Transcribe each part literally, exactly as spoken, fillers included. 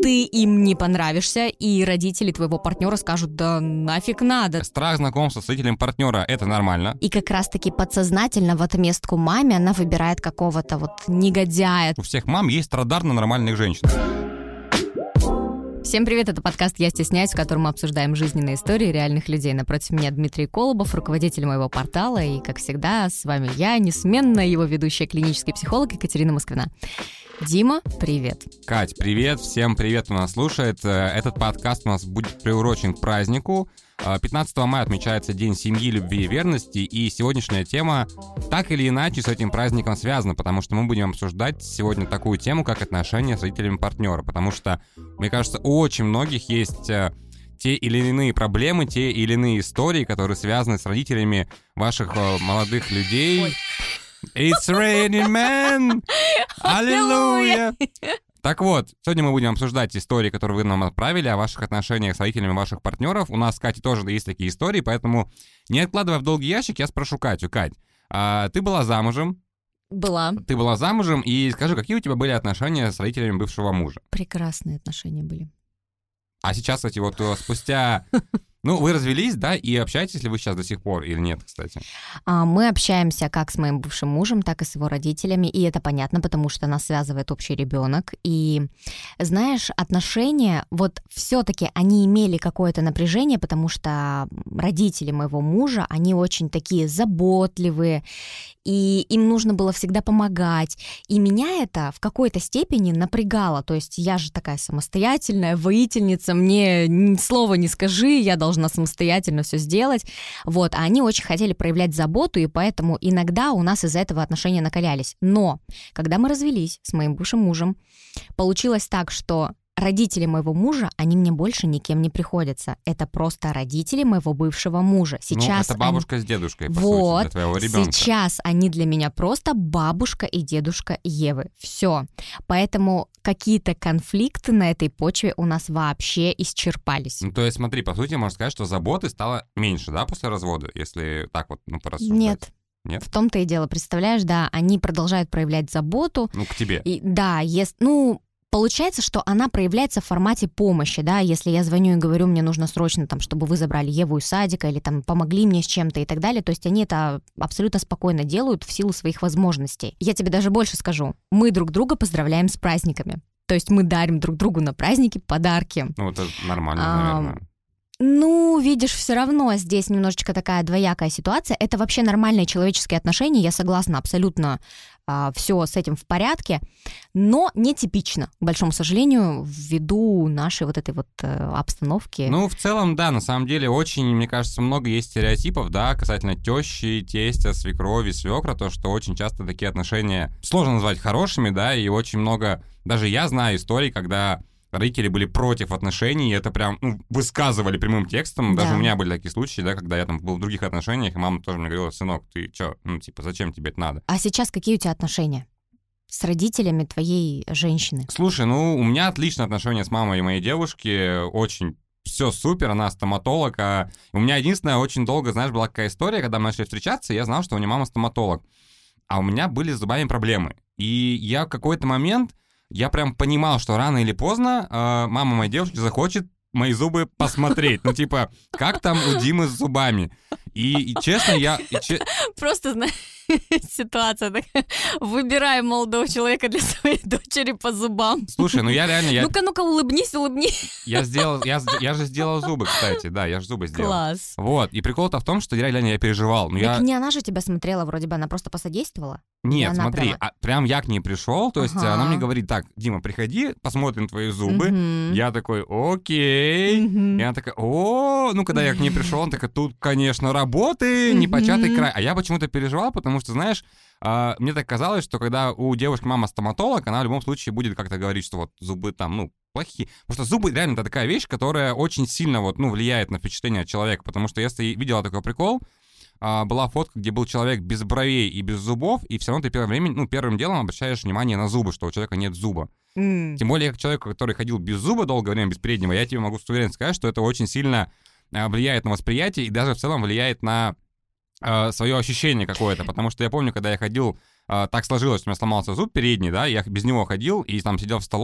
ты им не понравишься, и родители твоего партнера скажут, да нафиг надо. Страх знакомства с родителем партнера — это нормально. И как раз-таки подсознательно в отместку маме она выбирает какого-то вот негодяя. У всех мам есть радар на нормальных женщин. Всем привет, это подкаст «Я стесняюсь», в котором мы обсуждаем жизненные истории реальных людей. Напротив меня Дмитрий Колобов, руководитель моего портала, и, как всегда, с вами я, несменная его ведущая клинический психолог Екатерина Москвина. Дима, привет. Кать, привет, всем привет, кто нас слушает. Этот подкаст у нас будет приурочен к празднику. пятнадцатого мая отмечается День семьи, любви и верности, и сегодняшняя тема так или иначе с этим праздником связана, потому что мы будем обсуждать сегодня такую тему, как отношения с родителями партнера, потому что, мне кажется, у очень многих есть те или иные проблемы, те или иные истории, которые связаны с родителями ваших молодых людей. Ой. It's raining man! Аллилуйя! Так вот, сегодня мы будем обсуждать истории, которые вы нам отправили, о ваших отношениях с родителями ваших партнеров. У нас с Катей тоже есть такие истории, поэтому, не откладывая в долгий ящик, я спрошу Катю. Кать, а ты была замужем? Была. Ты была замужем, и скажи, какие у тебя были отношения с родителями бывшего мужа? Прекрасные отношения были. А сейчас, кстати, вот спустя... Ну, вы развелись, да, и общаетесь ли вы сейчас до сих пор или нет, кстати? Мы общаемся как с моим бывшим мужем, так и с его родителями, и это понятно, потому что нас связывает общий ребенок. И, знаешь, отношения, вот все-таки они имели какое-то напряжение, потому что родители моего мужа, они очень такие заботливые, и им нужно было всегда помогать. И меня это в какой-то степени напрягало. То есть я же такая самостоятельная воительница, мне ни слова не скажи, я должна самостоятельно все сделать. Вот. А они очень хотели проявлять заботу, и поэтому иногда у нас из-за этого отношения накалялись. Но когда мы развелись с моим бывшим мужем, получилось так, что родители моего мужа, они мне больше никем не приходятся. Это просто родители моего бывшего мужа. Сейчас ну, это бабушка они... с дедушкой, по вот, сути, для твоего ребенка. Сейчас они для меня просто бабушка и дедушка Евы. Все. Поэтому какие-то конфликты на этой почве у нас вообще исчерпались. Ну, то есть, смотри, по сути, можно сказать, что заботы стало меньше, да, после развода, если так вот, ну, порассуждать? Нет. Нет? В том-то и дело, представляешь, да, они продолжают проявлять заботу. Ну, к тебе. И, да, если, ну... Получается, что она проявляется в формате помощи, да, если я звоню и говорю, мне нужно срочно, там, чтобы вы забрали Еву из садика или там помогли мне с чем-то и так далее, то есть они это абсолютно спокойно делают в силу своих возможностей. Я тебе даже больше скажу, мы друг друга поздравляем с праздниками, то есть мы дарим друг другу на праздники подарки. Ну, это нормально, а, наверное. Ну, видишь, все равно здесь немножечко такая двоякая ситуация. Это вообще нормальные человеческие отношения, я согласна абсолютно, а, все с этим в порядке, но нетипично, к большому сожалению, ввиду нашей вот этой вот э, обстановки. Ну, в целом, да, на самом деле очень, мне кажется, много есть стереотипов, да, касательно тещи, тестя, свекрови, свекра, то, что очень часто такие отношения сложно назвать хорошими, да, и очень много, даже я знаю историй, когда родители были против отношений, и это прям ну, высказывали прямым текстом. Даже да. у меня были такие случаи, да, когда я там был в других отношениях, и мама тоже мне говорила: сынок, ты чё, ну, типа, зачем тебе это надо? А сейчас какие у тебя отношения с родителями твоей женщины? Слушай, ну, у меня отличные отношения с мамой и моей девушки, очень все супер, она стоматолог, а у меня единственное, очень долго, знаешь, была такая история, когда мы начали встречаться, я знал, что у нее мама стоматолог, а у меня были с зубами проблемы, и я в какой-то момент... Я прям понимал, что рано или поздно э, мама моей девушки захочет мои зубы посмотреть. Ну, типа, как там у Димы с зубами? И, и честно, я... И че... Просто, знаешь, ситуация такая. Выбираем молодого человека для своей дочери по зубам. Слушай, ну я реально... Я... Ну-ка, ну-ка, улыбнись, улыбнись. Я сделал... Я, я же сделал зубы, кстати. Да, я же зубы сделал. Класс. Вот. И прикол-то в том, что я реально я переживал. Ну, так я... не она же тебя смотрела, вроде бы она просто посодействовала? Нет, она смотри, прямо... а, прям я к ней пришел, то есть Ага. она мне говорит: так, Дима, приходи, посмотрим твои зубы. Мгм. Я такой: окей. Мгм. И она такая: о, ну когда я к ней пришел, она такая: тут, конечно, работы, Мгм. непочатый край. А я почему-то переживал, потому что, знаешь, а, мне так казалось, что когда у девушки мама стоматолог, она в любом случае будет как-то говорить, что вот зубы там, ну, плохие. Потому что зубы реально это такая вещь, которая очень сильно вот, ну, влияет на впечатление человека. Потому что если видела такой прикол, а, была фотка, где был человек без бровей и без зубов, и все равно ты первым, временем, ну, первым делом обращаешь внимание на зубы, что у человека нет зуба. М. Тем более, как человек, который ходил без зуба долгое время, без переднего, я тебе могу с уверенностью сказать, что это очень сильно а, влияет на восприятие и даже в целом влияет на а, свое ощущение какое-то. Потому что я помню, когда я ходил, а, так сложилось, что у меня сломался зуб передний, да, я без него ходил и там сидел в столовой,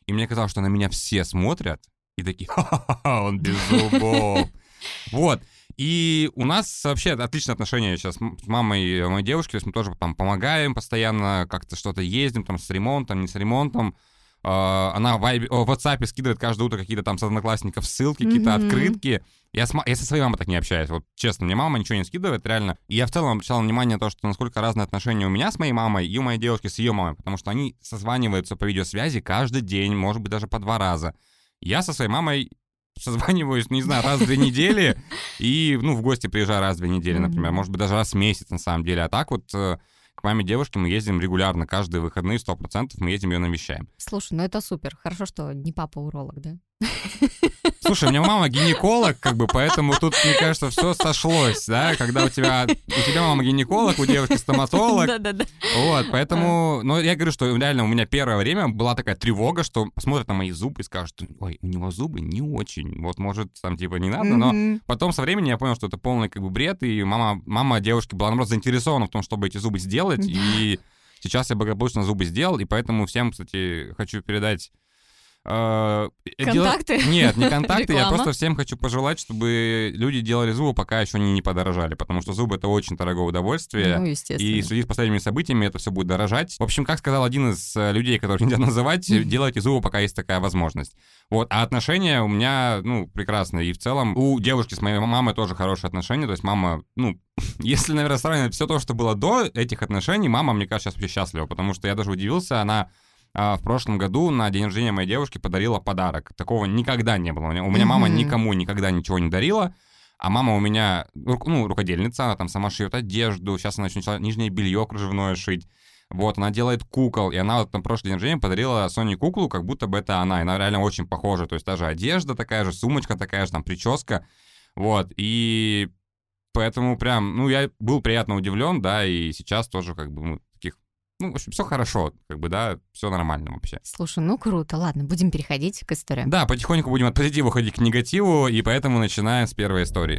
И мне казалось, что на меня все смотрят и такие, ха-ха-ха, он без зубов. Вот. И у нас вообще отличные отношения сейчас с мамой моей девушки, то есть мы тоже там помогаем постоянно, как-то что-то ездим там с ремонтом, не с ремонтом. Она в WhatsApp скидывает каждое утро какие-то там с одноклассников ссылки, какие-то mm-hmm. открытки. Я, с, я со своей мамой так не общаюсь. Вот честно, мне мама ничего не скидывает, реально. И я в целом обращал внимание на то, что насколько разные отношения у меня с моей мамой и у моей девушки с ее мамой, потому что они созваниваются по видеосвязи каждый день, может быть, даже по два раза. Я со своей мамой созваниваюсь, не знаю, раз в две недели, и, ну, в гости приезжаю раз в две недели, например, может быть, даже раз в месяц, на самом деле. А так вот к маме девушки мы ездим регулярно, каждые выходные, сто процентов мы едем, ее навещаем. Слушай, ну это супер. Хорошо, что не папа-уролог, да? Слушай, у меня мама гинеколог, как бы, поэтому тут, мне кажется, все сошлось, да, когда у тебя, у тебя мама гинеколог, у девушки стоматолог. Да-да-да. Вот, поэтому, ну, я говорю, что реально у меня первое время была такая тревога, что посмотрят на мои зубы и скажут, ой, у него зубы не очень, вот, может, там, типа, не надо, но потом со временем я понял, что это полный, как бы, бред, и мама, мама девушки была, наоборот, заинтересована в том, чтобы эти зубы сделать, и сейчас я благополучно зубы сделал, и поэтому всем, кстати, хочу передать... Контакты? Дел... Нет, не контакты, я просто всем хочу пожелать, чтобы люди делали зубы, пока еще они не подорожали, потому что зубы — это очень дорогое удовольствие, ну, естественно. И в связи с последними событиями это все будет дорожать. В общем, как сказал один из людей, которых нельзя называть, делайте зубы, пока есть такая возможность. Вот, а отношения у меня, ну, прекрасные, и в целом у девушки с моей мамой тоже хорошие отношения, то есть мама, ну, если, наверное, сравнивать все то, что было до этих отношений, мама, мне кажется, сейчас вообще счастлива, потому что я даже удивился, она... в прошлом году на день рождения моей девушки подарила подарок. Такого никогда не было. У меня, у меня мама никому никогда ничего не дарила, а мама у меня, ну, рукодельница, она там сама шьет одежду, сейчас она начала нижнее белье кружевное шить. Вот, она делает кукол, и она вот на прошлый день рождения подарила Соне куклу, как будто бы это она, и она реально очень похожа, то есть даже одежда такая же, сумочка такая же, там, прическа, вот, и поэтому прям, ну, я был приятно удивлен, да, и сейчас тоже, как бы, мы таких, ну, в общем, все хорошо, как бы, да, все нормально вообще. Слушай, ну, круто, ладно, будем переходить к истории. Да, потихоньку будем от позитива уходить к негативу, и поэтому начинаем с первой истории.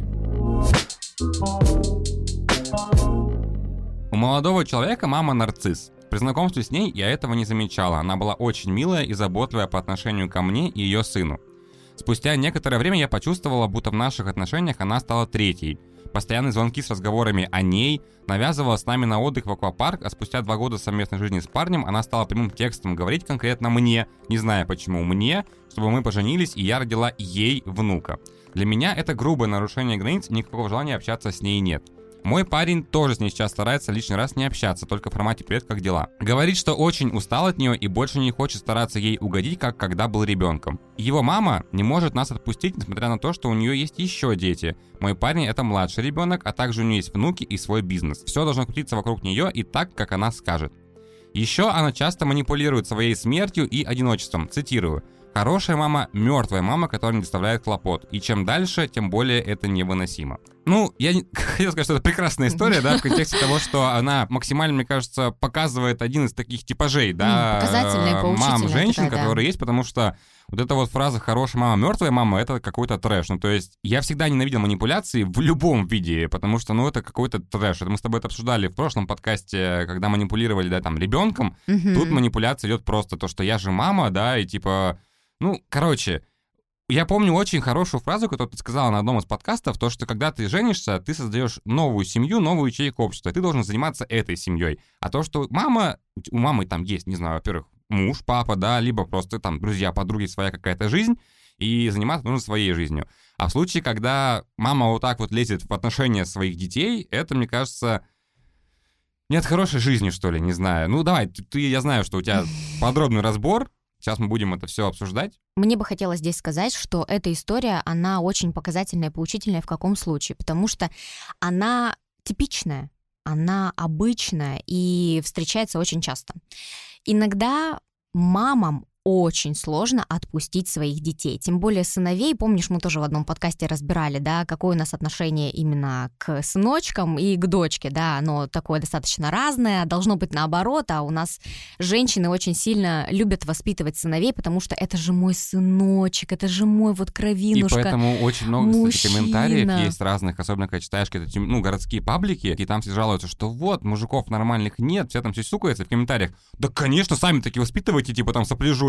У молодого человека мама нарцисс. При знакомстве с ней я этого не замечала. Она была очень милая и заботливая по отношению ко мне и ее сыну. Спустя некоторое время я почувствовала, будто в наших отношениях она стала третьей. Постоянные звонки с разговорами о ней, навязывала с нами на отдых в аквапарк, а спустя два года совместной жизни с парнем она стала прямым текстом говорить конкретно мне, не зная почему мне, чтобы мы поженились и я родила ей внука. Для меня это грубое нарушение границ, и никакого желания общаться с ней нет. Мой парень тоже с ней сейчас старается лишний раз не общаться, только в формате «Привет, как дела?». Говорит, что очень устал от нее и больше не хочет стараться ей угодить, как когда был ребенком. Его мама не может нас отпустить, несмотря на то, что у нее есть еще дети. Мой парень — это младший ребенок, а также у нее есть внуки и свой бизнес. Все должно крутиться вокруг нее и так, как она скажет. Еще она часто манипулирует своей смертью и одиночеством. Цитирую. «Хорошая мама — мертвая мама, которая не доставляет хлопот. И чем дальше, тем более это невыносимо». Ну, я не... хотел сказать, что это прекрасная история, да, в контексте того, что она максимально, мне кажется, показывает один из таких типажей, да, мам, женщин, такая, которые да. есть, потому что вот эта вот фраза «хорошая мама, мертвая мама» — это какой-то трэш. Ну, то есть я всегда ненавидел манипуляции в любом виде, потому что, ну, это какой-то трэш. Это мы с тобой это обсуждали в прошлом подкасте, когда манипулировали, да, там, ребенком. Угу. Тут манипуляция идет просто то, что я же мама, да, и типа... Ну, короче, я помню очень хорошую фразу, которую ты сказала на одном из подкастов, то, что когда ты женишься, ты создаешь новую семью, новую ячейку общества, и ты должен заниматься этой семьей. А то, что мама, у мамы там есть, не знаю, во-первых, муж, папа, да, либо просто там друзья, подруги, своя какая-то жизнь, и заниматься нужно своей жизнью. А в случае, когда мама вот так вот лезет в отношения своих детей, это, мне кажется... Нет хорошей жизни, что ли, не знаю. Ну, давай, ты, я знаю, что у тебя подробный разбор. Сейчас мы будем это все обсуждать. Мне бы хотелось здесь сказать, что эта история, она очень показательная и поучительная в каком случае, потому что она типичная, она обычная и встречается очень часто. Иногда мамам очень сложно отпустить своих детей, тем более сыновей. Помнишь, мы тоже в одном подкасте разбирали, да, какое у нас отношение именно к сыночкам и к дочке, да, оно такое достаточно разное, должно быть наоборот, а у нас женщины очень сильно любят воспитывать сыновей, потому что это же мой сыночек, это же мой вот кровинушка. И поэтому очень много, кстати, комментариев есть разных, особенно когда читаешь какие-то, ну, городские паблики, и там все жалуются, что вот, мужиков нормальных нет, все там все сукаются в комментариях. Да, конечно, сами таки воспитывайте, типа там сопляжуя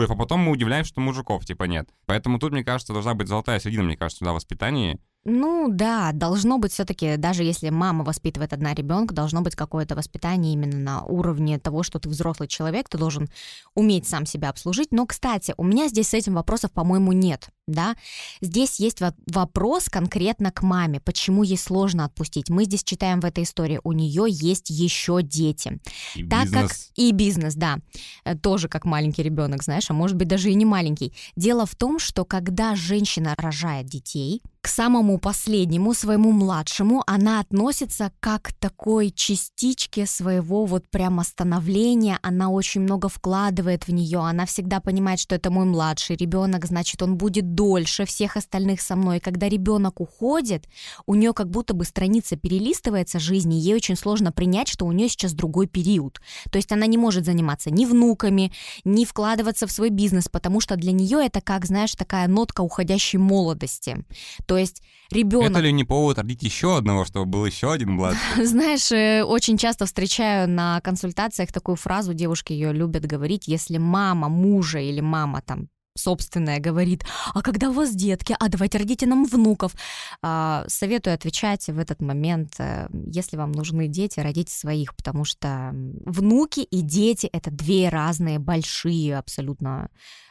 а потом мы удивляемся, что мужиков типа нет. Поэтому тут, мне кажется, должна быть золотая середина, мне кажется, да, в воспитании. Ну да, должно быть все-таки, даже если мама воспитывает одна ребенка, должно быть какое-то воспитание именно на уровне того, что ты взрослый человек, ты должен уметь сам себя обслужить. Но, кстати, у меня здесь с этим вопросов, по-моему, нет, да. Здесь есть вопрос конкретно к маме, почему ей сложно отпустить. Мы здесь читаем в этой истории, у нее есть еще дети. И так бизнес. Как... И бизнес, да, тоже как маленький ребенок, знаешь, а может быть даже и не маленький. Дело в том, что когда женщина рожает детей, к самому последнему, своему младшему, она относится как к такой частичке своего вот прямо становления, она очень много вкладывает в нее, она всегда понимает, что это мой младший ребенок, значит, он будет дольше всех остальных со мной. И когда ребенок уходит, у нее как будто бы страница перелистывается жизни, ей очень сложно принять, что у нее сейчас другой период. То есть она не может заниматься ни внуками, ни вкладываться в свой бизнес, потому что для нее это, как, знаешь, такая нотка уходящей молодости. То есть ребенок... Это ли не повод родить еще одного, чтобы был еще один младший? Знаешь, очень часто встречаю на консультациях такую фразу, девушки ее любят говорить, если мама мужа или мама там собственная говорит, а когда у вас детки, а давайте родите нам внуков. А, советую отвечать в этот момент, если вам нужны дети, родите своих, потому что внуки и дети — это две разные большие абсолютно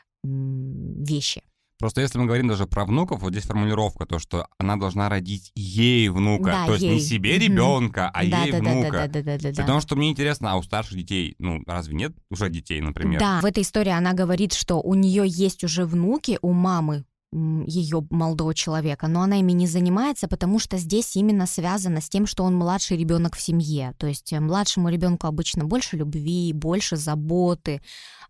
вещи. Просто если мы говорим даже про внуков, вот здесь формулировка, то, что она должна родить ей внука. Да, то есть ей. не себе ребенка, а да, ей да, внука. Да, да, да, да, да, Потому да. что мне интересно, а у старших детей, ну, разве нет уже детей, например? Да, в этой истории она говорит, что у нее есть уже внуки, у мамы ее молодого человека, но она ими не занимается, потому что здесь именно связано с тем, что он младший ребенок в семье. То есть младшему ребенку обычно больше любви, больше заботы,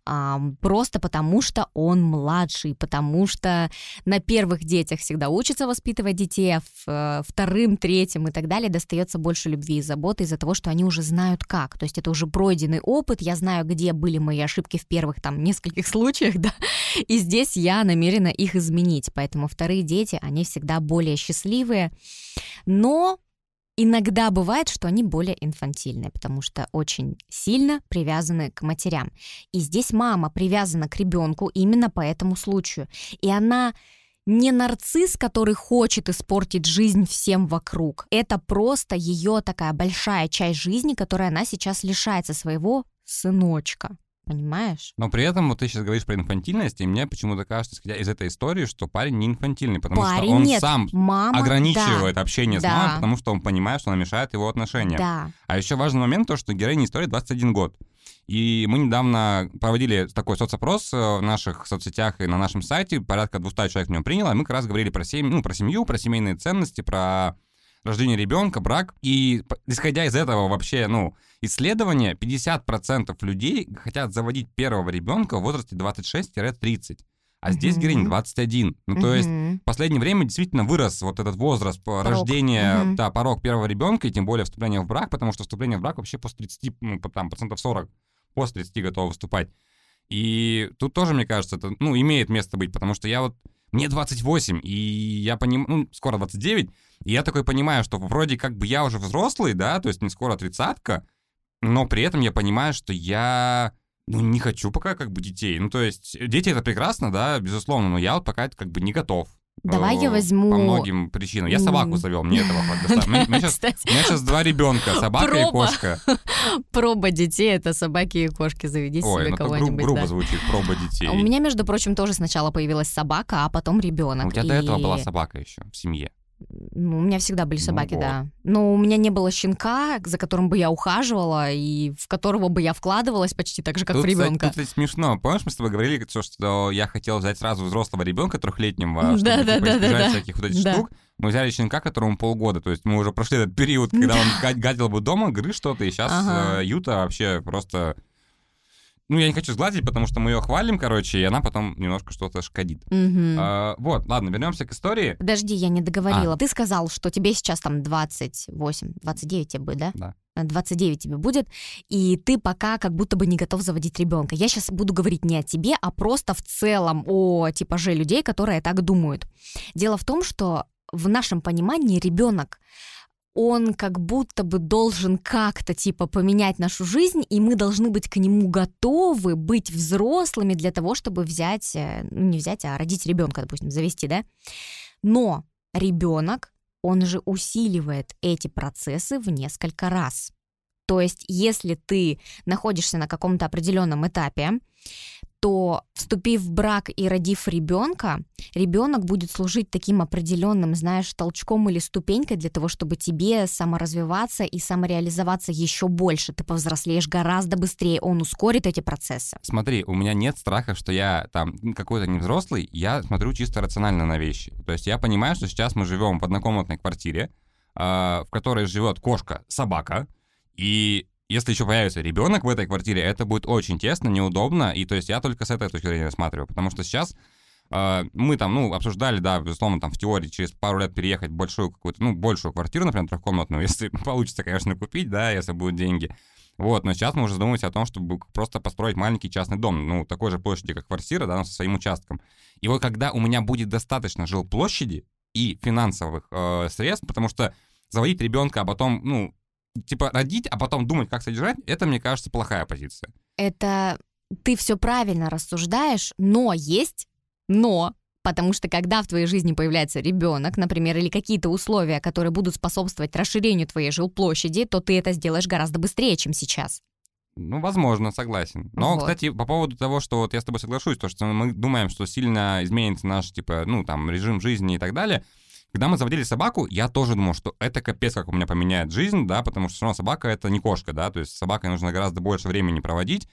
просто потому что он младший, потому что на первых детях всегда учатся воспитывать детей, а вторым, третьим и так далее достается больше любви и заботы из-за того, что они уже знают как. То есть это уже пройденный опыт, я знаю, где были мои ошибки в первых там нескольких случаях, да, и здесь я намерена их изменить. Поэтому вторые дети, они всегда более счастливые, но иногда бывает, что они более инфантильные, потому что очень сильно привязаны к матерям. И здесь мама привязана к ребенку именно по этому случаю. И она не нарцисс, который хочет испортить жизнь всем вокруг. Это просто ее такая большая часть жизни, которой она сейчас лишается своего сыночка. Понимаешь? Но при этом вот ты сейчас говоришь про инфантильность, и мне почему-то кажется, исходя из этой истории, что парень не инфантильный, потому парень что он нет, сам мама, ограничивает да, общение с да. мамой, потому что он понимает, что она мешает его отношениям. Да. А еще важный момент то, что героине истории двадцать один год. И мы недавно проводили такой соцопрос в наших соцсетях и на нашем сайте, порядка двести человек в нем приняло, и мы как раз говорили про, семь, ну, про семью, про семейные ценности, про рождение ребенка, брак. И исходя из этого вообще, ну, исследования, пятьдесят процентов людей хотят заводить первого ребенка в возрасте двадцать шесть - тридцать. А здесь mm-hmm. героиня двадцать один. Ну, mm-hmm. то есть в последнее время действительно вырос вот этот возраст порог. рождения, mm-hmm. да, порог первого ребенка, и тем более вступления в брак, потому что вступление в брак вообще после тридцати, ну, там, процентов сорок, после тридцати готовы выступать. И тут тоже, мне кажется, это, ну, имеет место быть, потому что я вот, мне двадцать восемь, и я понимаю, ну, скоро двадцать девять, и я такой понимаю, что вроде как бы я уже взрослый, да, то есть не скоро тридцатка, но при этом я понимаю, что я, ну, не хочу пока как бы детей. Ну, то есть дети — это прекрасно, да, безусловно, но я вот пока как бы не готов. Давай я возьму... По многим причинам. Я собаку завел, мне этого хватит. У меня сейчас два ребенка, собака и кошка. Проба детей — это собаки и кошки. Заведи себе кого-нибудь. Ой, ну грубо звучит, проба детей. У меня, между прочим, тоже сначала появилась собака, а потом ребенок. У тебя до этого была собака еще в семье. Ну, у меня всегда были собаки, ну, вот. да. Но у меня не было щенка, за которым бы я ухаживала, и в которого бы я вкладывалась почти так же, как тут, в ребенка. Тут, тут смешно. Помнишь, мы с тобой говорили, что я хотел взять сразу взрослого ребенка трехлетнего, чтобы да, типа, да, избежать да, да, всяких вот этих да. штук. Мы взяли щенка, которому полгода. То есть мы уже прошли этот период, когда он гадил бы дома, грыз что-то, и сейчас ага. Юта вообще просто... Ну, я не хочу сгладить, потому что мы ее хвалим, короче, и она потом немножко что-то шкодит. Угу. А, вот, ладно, вернемся к истории. Подожди, я не договорила. А. Ты сказал, что тебе сейчас там двадцать восемь, двадцать девять тебе будет, да? Да. двадцать девять тебе будет, и ты пока как будто бы не готов заводить ребенка. Я сейчас буду говорить не о тебе, а просто в целом о типаже людей, которые так думают. Дело в том, что в нашем понимании ребенок он как будто бы должен как-то типа поменять нашу жизнь, и мы должны быть к нему готовы, быть взрослыми для того, чтобы взять, ну не взять, а родить ребенка, допустим, завести, да? Но ребенок, он же усиливает эти процессы в несколько раз. То есть, если ты находишься на каком-то определенном этапе, то, вступив в брак и родив ребенка, ребенок будет служить таким определенным, знаешь, толчком или ступенькой для того, чтобы тебе саморазвиваться и самореализоваться еще больше. Ты повзрослеешь гораздо быстрее, он ускорит эти процессы. Смотри, у меня нет страха, что я там какой-то не взрослый, я смотрю чисто рационально на вещи. То есть я понимаю, что сейчас мы живем в однокомнатной квартире, э, в которой живет кошка, собака, и если еще появится ребенок в этой квартире, это будет очень тесно, неудобно, и то есть я только с этой точки зрения рассматриваю, потому что сейчас э, мы там, ну, обсуждали, да, безусловно, там в теории через пару лет переехать в большую какую-то, ну, большую квартиру, например, трехкомнатную, если получится, конечно, купить, да, если будут деньги. Вот, но сейчас мы уже задумываемся о том, чтобы просто построить маленький частный дом, ну, такой же площади, как квартира, да, но со своим участком. И вот когда у меня будет достаточно жилплощади и финансовых э, средств, потому что заводить ребенка, а потом, ну, типа родить, а потом думать, как содержать, это, мне кажется, плохая позиция. Это ты все правильно рассуждаешь, но есть но, потому что когда в твоей жизни появляется ребенок, например, или какие-то условия, которые будут способствовать расширению твоей жилплощади, то ты это сделаешь гораздо быстрее, чем сейчас. Ну, возможно, согласен. Но, вот. Кстати, по поводу того, что вот я с тобой соглашусь, то, что мы думаем, что сильно изменится наш, типа, ну, там, режим жизни и так далее. Когда мы заводили собаку, я тоже думал, что это капец, как у меня поменяет жизнь, да, потому что все равно собака — это не кошка, да, то есть с собакой нужно гораздо больше времени проводить.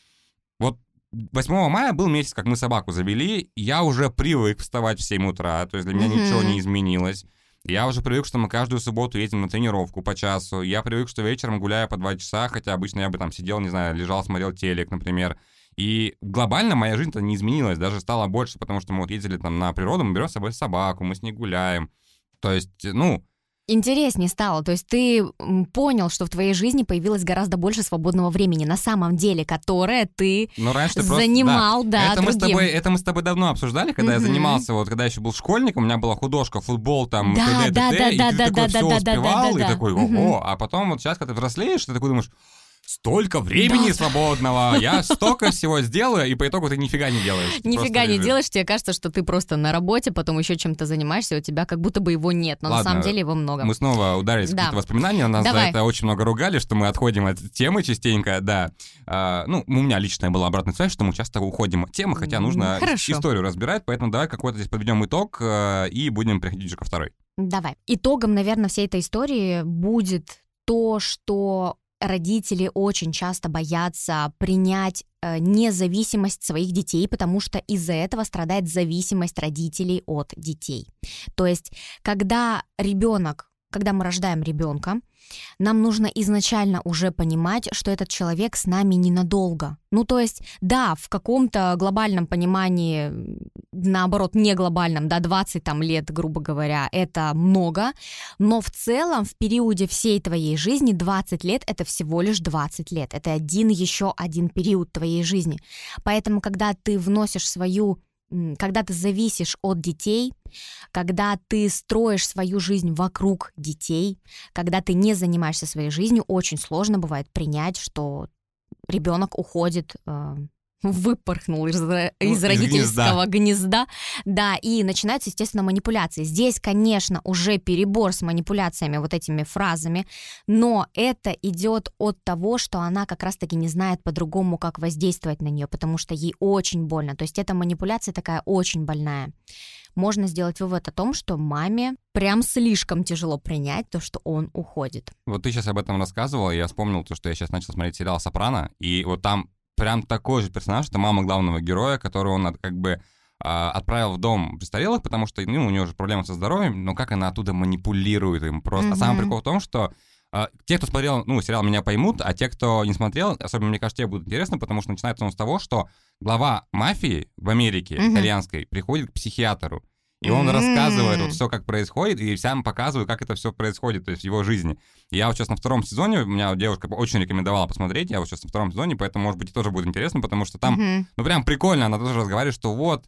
Вот восьмого мая был месяц, как мы собаку завели, я уже привык вставать в семь утра, то есть для меня mm-hmm. ничего не изменилось. Я уже привык, что мы каждую субботу едем на тренировку по часу. Я привык, что вечером гуляю по два часа, хотя обычно я бы там сидел, не знаю, лежал, смотрел телек, например. И глобально моя жизнь-то не изменилась, даже стала больше, потому что мы вот ездили там на природу, мы берем с собой собаку, мы с ней гуляем. То есть, ну... Интереснее стало, то есть ты понял, что в твоей жизни появилось гораздо больше свободного времени, на самом деле, которое ты ну, раньше ты занимал, просто, да, это другим. мы, с тобой, это мы с тобой давно обсуждали, когда mm-hmm. я занимался, вот когда я еще был школьником, у меня была художка, футбол, там, да, т.д. да, т.д. да, и да, ты да, такой да, все да, успевал, да, и да, такой, ого, mm-hmm. а потом вот сейчас, когда ты взрослеешь, ты такой думаешь... Столько времени да. свободного, я столько всего сделаю, и по итогу ты нифига не делаешь. Нифига не делаешь, тебе кажется, что ты просто на работе, потом еще чем-то занимаешься, у тебя как будто бы его нет, но Ладно, на самом деле его много. Мы снова ударились в да. какие-то воспоминания, нас Давай. за это очень много ругали, что мы отходим от темы частенько, да. А, ну, у меня личная была обратная связь, что мы часто уходим от темы, хотя нужно Хорошо. историю разбирать, поэтому давай какой-то здесь подведем итог и будем переходить уже ко второй. Давай. Итогом, наверное, всей этой истории будет то, что родители очень часто боятся принять э, независимость своих детей, потому что из-за этого страдает зависимость родителей от детей. То есть, когда ребенок, когда мы рождаем ребенка, нам нужно изначально уже понимать, что этот человек с нами ненадолго. Ну, то есть, да, в каком-то глобальном понимании, наоборот, не глобальном, да, двадцать там, лет, грубо говоря, это много, но в целом в периоде всей твоей жизни двадцать лет — это всего лишь двадцать лет. Это один еще один период твоей жизни. Поэтому, когда ты вносишь свою когда ты зависишь от детей, когда ты строишь свою жизнь вокруг детей, когда ты не занимаешься своей жизнью, очень сложно бывает принять, что ребенок уходит, э, выпорхнул из, из, из родительского гнезда. гнезда, да, и начинаются, естественно, манипуляции. Здесь, конечно, уже перебор с манипуляциями, вот этими фразами, но это идет от того, что она как раз-таки не знает по-другому, как воздействовать на нее, потому что ей очень больно. То есть эта манипуляция такая очень больная. Можно сделать вывод о том, что маме прям слишком тяжело принять то, что он уходит. Вот ты сейчас об этом рассказывала, и я вспомнил то, что я сейчас начал смотреть сериал «Сопрано», и вот там прям такой же персонаж, это мама главного героя, которого он как бы а, отправил в дом престарелых, потому что ну, у нее уже проблемы со здоровьем, но как она оттуда манипулирует им просто. Mm-hmm. А самый прикол в том, что а, те, кто смотрел, ну, сериал, меня поймут, а те, кто не смотрел, особенно, мне кажется, тебе будет интересно, потому что начинается он с того, что глава мафии в Америке, mm-hmm. итальянской, приходит к психиатру. И он mm-hmm. рассказывает вот все, как происходит, и сам показывает, как это все происходит, то есть в его жизни. И я вот сейчас на втором сезоне, у меня девушка очень рекомендовала посмотреть, я вот сейчас на втором сезоне, поэтому, может быть, и тоже будет интересно, потому что там, mm-hmm. ну, прям прикольно, она тоже разговаривает, что вот,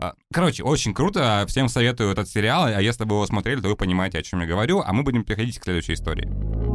Короче, очень круто, всем советую этот сериал, а если вы его смотрели, то вы понимаете, о чем я говорю, а мы будем переходить к следующей истории.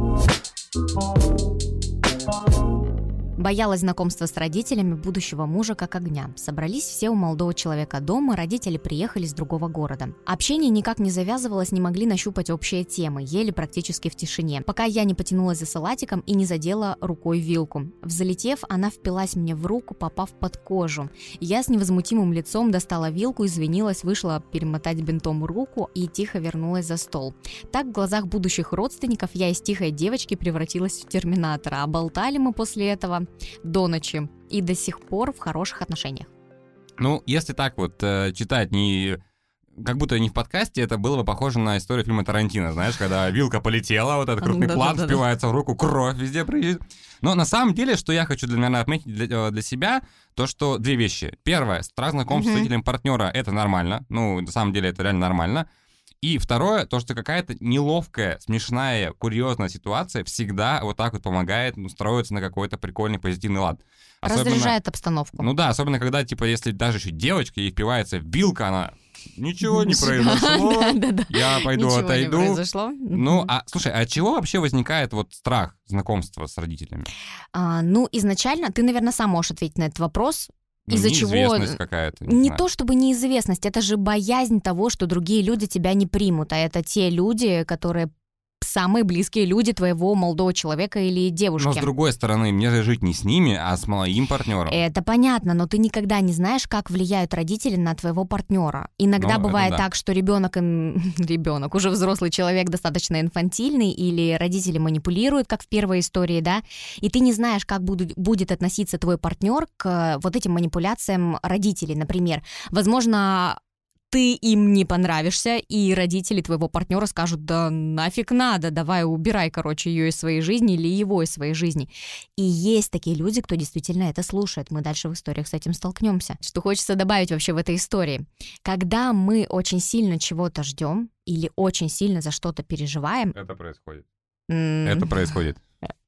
Боялась знакомства с родителями будущего мужа как огня. Собрались все у молодого человека дома, родители приехали с другого города. Общение никак не завязывалось, не могли нащупать общие темы, ели практически в тишине, пока я не потянулась за салатиком и не задела рукой вилку. Взлетев, она впилась мне в руку, попав под кожу. Я с невозмутимым лицом достала вилку, извинилась, вышла перемотать бинтом руку и тихо вернулась за стол. Так в глазах будущих родственников я из тихой девочки превратилась в терминатора, а болтали мы после этого до ночи и до сих пор в хороших отношениях. Ну, если так вот э, читать не... как будто не в подкасте, это было бы похоже на историю фильма Тарантино, знаешь, когда вилка полетела, вот этот крупный план впивается в руку, кровь везде прыгает. Но на самом деле, что я хочу, наверное, отметить для, для себя, то, что две вещи. Первое, страх знакомства mm-hmm. с родителем партнера — это нормально, ну, на самом деле это реально нормально. И второе, то, что какая-то неловкая, смешная, курьезная ситуация всегда вот так вот помогает устроиться на какой-то прикольный, позитивный лад. Особенно, разряжает обстановку. Ну да, особенно когда, типа, если даже еще девочка, ей впивается вилка, она... Ничего не произошло, я пойду отойду. Ничего не произошло. Ну, а слушай, а от чего вообще возникает вот страх знакомства с родителями? А, ну, изначально, ты, наверное, сам можешь ответить на этот вопрос. Ну, из-за чего... Неизвестность какая-то. Не, не знаю. то чтобы неизвестность, это же боязнь того, что другие люди тебя не примут, а это те люди, которые самые близкие люди твоего молодого человека или девушки. Но с другой стороны, мне же жить не с ними, а с моим партнером. Это понятно, но ты никогда не знаешь, как влияют родители на твоего партнера. Иногда ну, бывает да. так, что ребенок, ребенок, уже взрослый человек достаточно инфантильный, или родители манипулируют, как в первой истории, да, и ты не знаешь, как будет, будет относиться твой партнер к вот этим манипуляциям родителей, например. Возможно, ты им не понравишься, и родители твоего партнера скажут: да нафиг надо, давай убирай, короче, ее из своей жизни или его из своей жизни. И есть такие люди, кто действительно это слушает. Мы дальше в историях с этим столкнемся. Что хочется добавить вообще в этой истории. Когда мы очень сильно чего-то ждем или очень сильно за что-то переживаем... Это происходит. М- это происходит.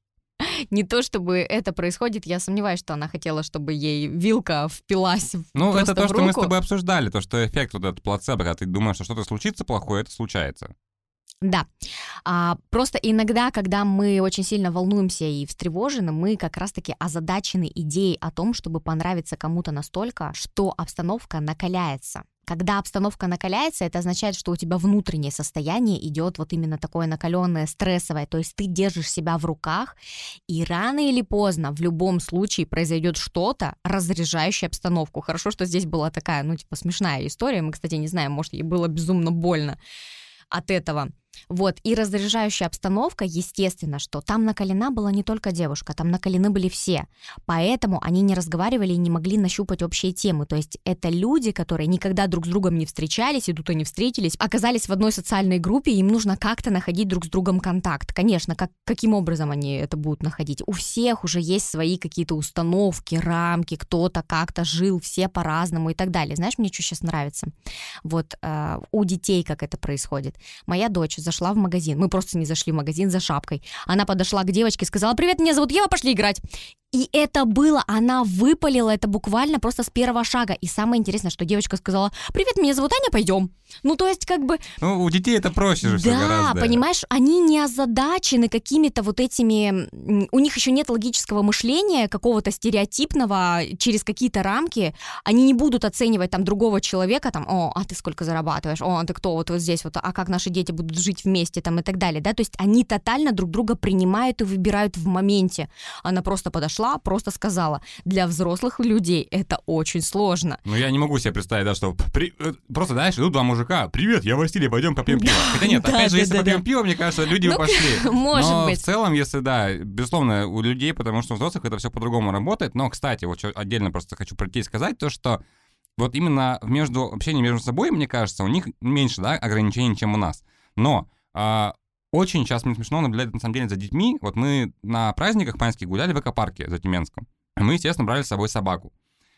Не то, чтобы это происходит, я сомневаюсь, что она хотела, чтобы ей вилка впилась ну, просто это то, в что руку. Мы с тобой обсуждали, то, что эффект вот этот плацебо, когда ты думаешь, что что-то случится плохое, это случается. Да, а, просто иногда, когда мы очень сильно волнуемся и встревожены, мы как раз-таки озадачены идеей о том, чтобы понравиться кому-то настолько, что обстановка накаляется. Когда обстановка накаляется, это означает, что у тебя внутреннее состояние идет вот именно такое накаленное, стрессовое, то есть ты держишь себя в руках, и рано или поздно в любом случае произойдет что-то, разряжающее обстановку. Хорошо, что здесь была такая, ну, типа, смешная история, мы, кстати, не знаем, может, ей было безумно больно от этого. Вот, и разряжающая обстановка, естественно, что там накалена была не только девушка, там накалены были все, поэтому они не разговаривали и не могли нащупать общие темы, то есть это люди, которые никогда друг с другом не встречались, и тут они встретились, оказались в одной социальной группе, и им нужно как-то находить друг с другом контакт. Конечно, как, каким образом они это будут находить? У всех уже есть свои какие-то установки, рамки, кто-то как-то жил, все по-разному и так далее. Знаешь, мне что сейчас нравится? Вот э, у детей как это происходит. Моя дочь зашла в магазин. Мы просто не зашли в магазин за шапкой. Она подошла к девочке и сказала: «Привет, меня зовут Ева, пошли играть». И это было, она выпалила это буквально просто с первого шага. И самое интересное, что девочка сказала: «Привет, меня зовут Аня, пойдем». Ну, то есть, как бы... Ну, у детей это проще же все гораздо. Да, понимаешь, они не озадачены какими-то вот этими... У них еще нет логического мышления, какого-то стереотипного, через какие-то рамки. Они не будут оценивать там другого человека, там: «О, а ты сколько зарабатываешь? О, а ты кто вот, вот здесь вот? А как наши дети будут жить вместе?» там и так далее, да? То есть они тотально друг друга принимают и выбирают в моменте. Она просто подошла, просто сказала. Для взрослых людей это очень сложно. Ну, я не могу себе представить, да, что при... просто, знаешь, идут два мужика: «Привет, я Василий, пойдем попьем пиво». Хотя нет, опять же, если попьем пиво, мне кажется, люди бы пошли. Может быть. Но в целом, если, да, безусловно, у людей, потому что у взрослых это все по-другому работает. Но, кстати, вот что отдельно просто хочу про детей сказать, то, что вот именно между общением между собой, мне кажется, у них меньше, да, ограничений, чем у нас. Но а, очень сейчас мне смешно наблюдать, на самом деле, за детьми. Вот мы на праздниках панских гуляли в экопарке за Тюменском. Мы, естественно, брали с собой собаку.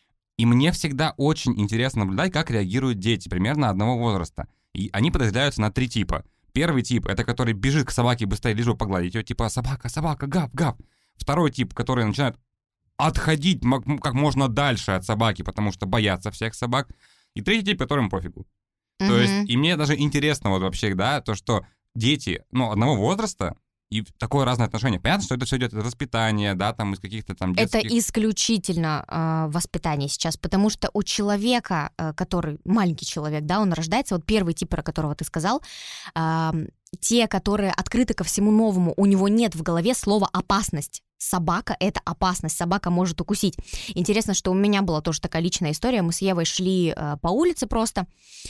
И мне всегда очень интересно наблюдать, как реагируют дети примерно одного возраста. И они подразделяются на три типа. Первый тип — это который бежит к собаке быстрее, лишь бы погладить ее, типа: «Собака, собака, гав, гав». Второй тип, который начинает отходить как можно дальше от собаки, потому что боятся всех собак. И третий тип, которым пофигу. Мгм. То есть, и мне даже интересно вот вообще, да, то, что дети, ну, одного возраста, и такое разное отношение. Понятно, что это все идет из воспитания, да, там, из каких-то там Это детских... исключительно э, воспитание сейчас, потому что у человека, э, который маленький человек, да, он рождается, вот первый тип, про которого ты сказал, э, те, которые открыты ко всему новому, у него нет в голове слова «опасность». Собака — это опасность, собака может укусить. Интересно, что у меня была тоже такая личная история. Мы с Евой шли э, по улице просто,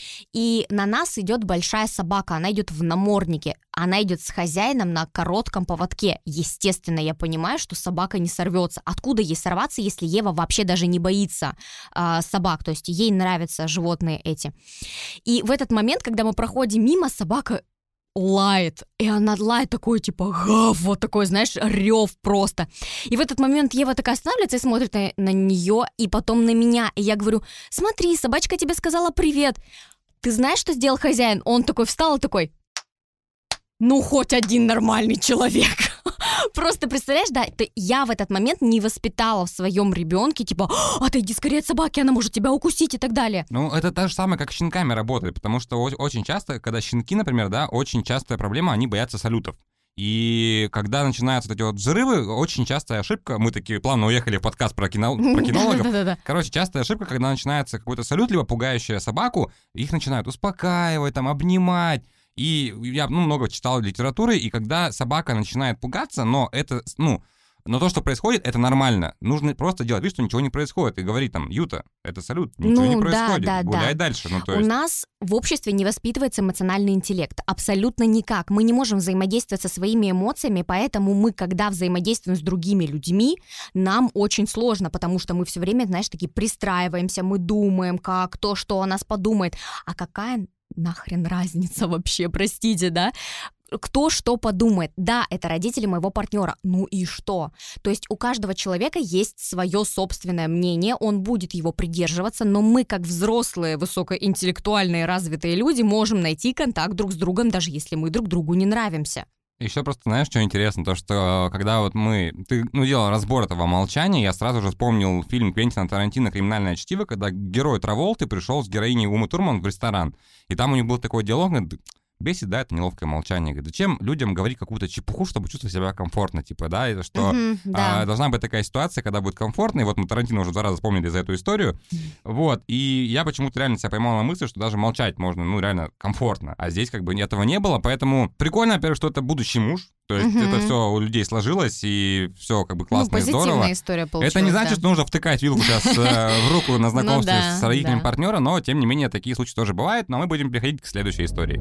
и на нас идет большая собака, она идет в наморднике, она идет с хозяином на коротком поводке. Естественно, я понимаю, что собака не сорвется. Откуда ей сорваться, если Ева вообще даже не боится э, собак, то есть ей нравятся животные эти. И в этот момент, когда мы проходим мимо, собака лает, и она лает такой, типа, гав, вот такой, знаешь, рев просто. И в этот момент Ева такая останавливается и смотрит на, на нее, и потом на меня, и я говорю: смотри, собачка тебе сказала привет. Ты знаешь, что сделал хозяин? Он такой встал и такой: ну, хоть один нормальный человек. Просто представляешь, да, ты, я в этот момент не воспитала в своем ребенке, типа, отойди скорее от собаки, она может тебя укусить и так далее. Ну, это то же самое, как с щенками работает, потому что о- очень часто, когда щенки, например, да, очень частая проблема, они боятся салютов. И когда начинаются вот эти вот взрывы, очень частая ошибка, мы такие плавно уехали в подкаст про, кино, про кинологов. Да-да-да. Короче, частая ошибка, когда начинается какой-то салют, либо пугающая собаку, их начинают успокаивать, там, обнимать. И я, ну, много читал литературы, и когда собака начинает пугаться, но это, ну, но то, что происходит, это нормально. Нужно просто делать вид, что ничего не происходит, и говорить там: Юта, это салют, ничего Ну, не да, происходит, да, гуляй да. дальше. Ну, то У есть... нас в обществе не воспитывается эмоциональный интеллект. Абсолютно никак. Мы не можем взаимодействовать со своими эмоциями, поэтому мы, когда взаимодействуем с другими людьми, нам очень сложно, потому что мы все время, знаешь, такие пристраиваемся, мы думаем, как, кто что о нас подумает. А какая нахрен разница вообще, простите, да? Кто что подумает. Да, это родители моего партнера. Ну и что? То есть у каждого человека есть свое собственное мнение, он будет его придерживаться, но мы, как взрослые, высокоинтеллектуальные, развитые люди, можем найти контакт друг с другом, даже если мы друг другу не нравимся. Еще просто, знаешь, что интересно, то, что когда вот мы, ты, ну, делал разбор этого «Молчания», я сразу же вспомнил фильм Квентина Тарантино «Криминальное чтиво», когда герой Траволты пришел с героиней Умы Турман в ресторан, и там у них был такой диалог, говорит: бесит, да, это неловкое молчание. Говорит, зачем людям говорить какую-то чепуху, чтобы чувствовать себя комфортно, типа, да, и что Мгм, да. а, должна быть такая ситуация, когда будет комфортно, и вот мы Тарантино уже два раза вспомнили за эту историю, вот, и я почему-то реально себя поймал на мысли, что даже молчать можно, ну, реально комфортно, а здесь как бы этого не было, поэтому прикольно, во-первых, что это будущий муж, то есть Мгм. это все у людей сложилось, и все как бы классно Ну, и здорово. позитивная история получилась. Это не значит, да. что нужно втыкать вилку сейчас э, в руку на знакомстве Ну да, с родителем да. партнера, но, тем не менее, такие случаи тоже бывают, но мы будем переходить к следующей истории.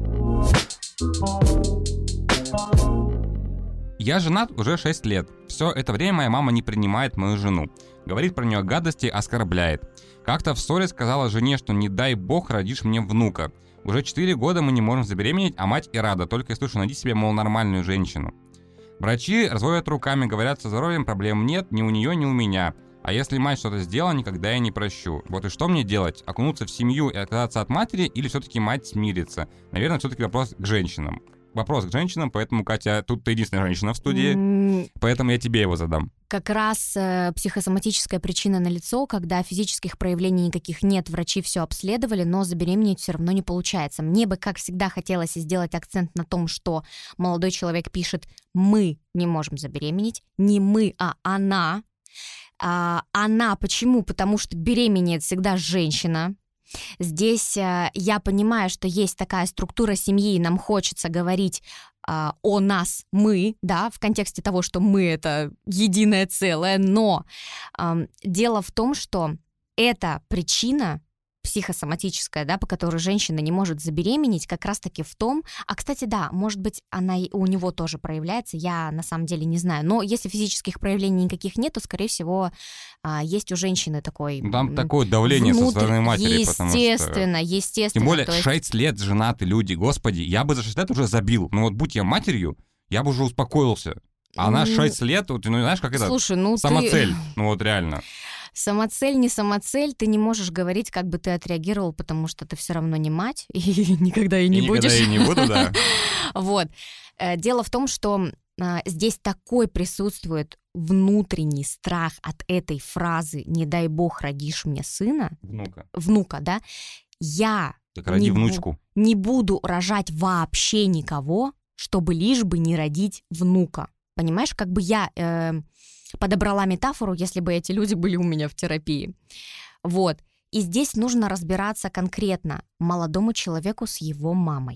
Я женат уже шесть лет. Все это время моя мама не принимает мою жену. Говорит про нее гадости, оскорбляет. Как-то в ссоре сказала жене, что не дай бог родишь мне внука. Уже четыре года мы не можем забеременеть, а мать и рада, только и слышу: найди себе, мол, нормальную женщину. Врачи разводят руками, говорят, со здоровьем проблем нет ни у нее, ни у меня. А если мать что-то сделала, никогда я не прощу. Вот и что мне делать? Окунуться в семью и отказаться от матери, или все-таки мать смирится? Наверное, все-таки вопрос к женщинам. Вопрос к женщинам, поэтому, Катя, тут ты единственная женщина в студии, М, поэтому я тебе его задам. Как раз э, психосоматическая причина налицо, когда физических проявлений никаких нет, врачи все обследовали, но забеременеть все равно не получается. Мне бы, как всегда, хотелось сделать акцент на том, что молодой человек пишет: мы не можем забеременеть, не мы, а она. А, она почему? Потому что беременеет всегда женщина. Здесь э, я понимаю, что есть такая структура семьи, и нам хочется говорить э, о нас, мы, да, в контексте того, что мы — это единое целое, но э, дело в том, что эта причина психосоматическая, да, по которой женщина не может забеременеть, как раз-таки в том, а, кстати, да, может быть, она и у него тоже проявляется, я на самом деле не знаю, но если физических проявлений никаких нет, то, скорее всего, а, есть у женщины такой... Там м, такое давление со внутри- стороны матери, потому что... Естественно, естественно. Тем более то есть- шесть лет женаты люди, господи, я бы за шесть лет уже забил. Ну вот будь я матерью, я бы уже успокоился. А она Ну, шесть лет, вот, ну знаешь, как это, Слушай, ну самоцель, ты... ну вот реально. Самоцель, не самоцель, ты не можешь говорить, как бы ты отреагировал, потому что ты все равно не мать, и никогда и не И будешь. никогда и не буду, да. Вот. Э, Дело в том, что а, здесь такой присутствует внутренний страх от этой фразы «не дай бог родишь мне сына», Внука. внука, да, Я Так роди не, внучку. бу- не буду рожать вообще никого, чтобы лишь бы не родить внука. Понимаешь, как бы я э, подобрала метафору, если бы эти люди были у меня в терапии. Вот. И здесь нужно разбираться конкретно молодому человеку с его мамой.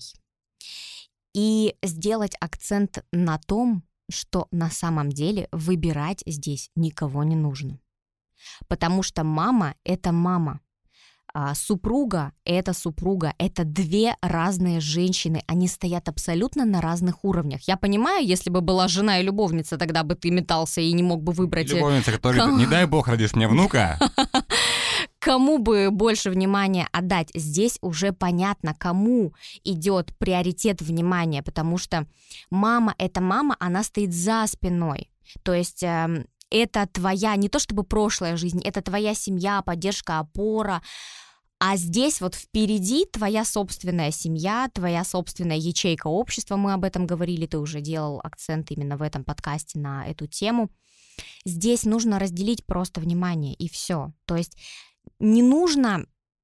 И сделать акцент на том, что на самом деле выбирать здесь никого не нужно. Потому что мама — это мама. А супруга — это супруга. Это две разные женщины. Они стоят абсолютно на разных уровнях. Я понимаю, если бы была жена и любовница, тогда бы ты метался и не мог бы выбрать... Любовница, которая, не дай бог, родишь мне внука. Кому бы больше внимания отдать? Здесь уже понятно, кому идет приоритет внимания, потому что мама — это мама, она стоит за спиной. То есть э, это твоя, не то чтобы прошлая жизнь, это твоя семья, поддержка, опора. А здесь вот впереди твоя собственная семья, твоя собственная ячейка общества, мы об этом говорили, ты уже делал акцент именно в этом подкасте на эту тему. Здесь нужно разделить просто внимание, и все. То есть не нужно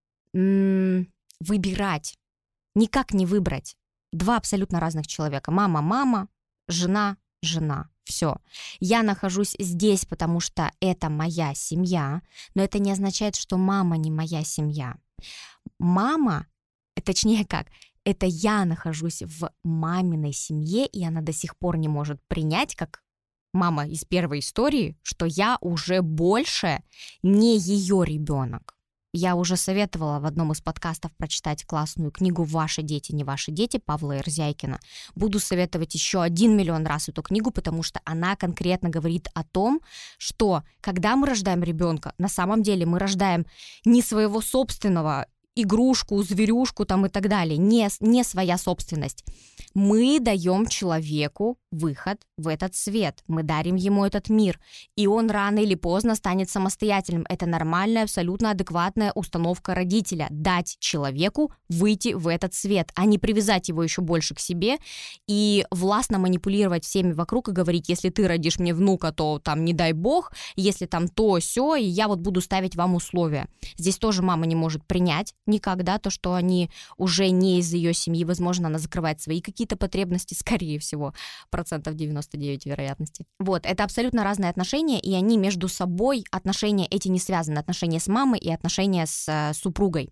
м- выбирать, никак не выбрать. Два абсолютно разных человека. Мама, мама, жена, жена. Все. Я нахожусь здесь, потому что это моя семья, но это не означает, что мама не моя семья. Мама, точнее как, это я нахожусь в маминой семье, и она до сих пор не может принять, как мама из первой истории, что я уже больше не ее ребенок. Я уже советовала в одном из подкастов прочитать классную книгу «Ваши дети, не ваши дети» Павла Эрзяйкина. Буду советовать еще один миллион раз эту книгу, потому что она конкретно говорит о том, что когда мы рождаем ребенка, на самом деле мы рождаем не своего собственного игрушку, зверюшку там и так далее, не, не своя собственность. Мы даем человеку выход в этот свет, мы дарим ему этот мир, и он рано или поздно станет самостоятельным. Это нормальная, абсолютно адекватная установка родителя — дать человеку выйти в этот свет, а не привязать его еще больше к себе и властно манипулировать всеми вокруг и говорить: если ты родишь мне внука, то там не дай бог, если там то, сё, и я вот буду ставить вам условия. Здесь тоже мама не может принять никогда то, что они уже не из ее семьи. Возможно, она закрывает свои какие-то потребности, скорее всего, процентов девяносто девять вероятности. Вот, это абсолютно разные отношения, и они между собой, отношения эти не связаны, отношения с мамой и отношения с э, супругой.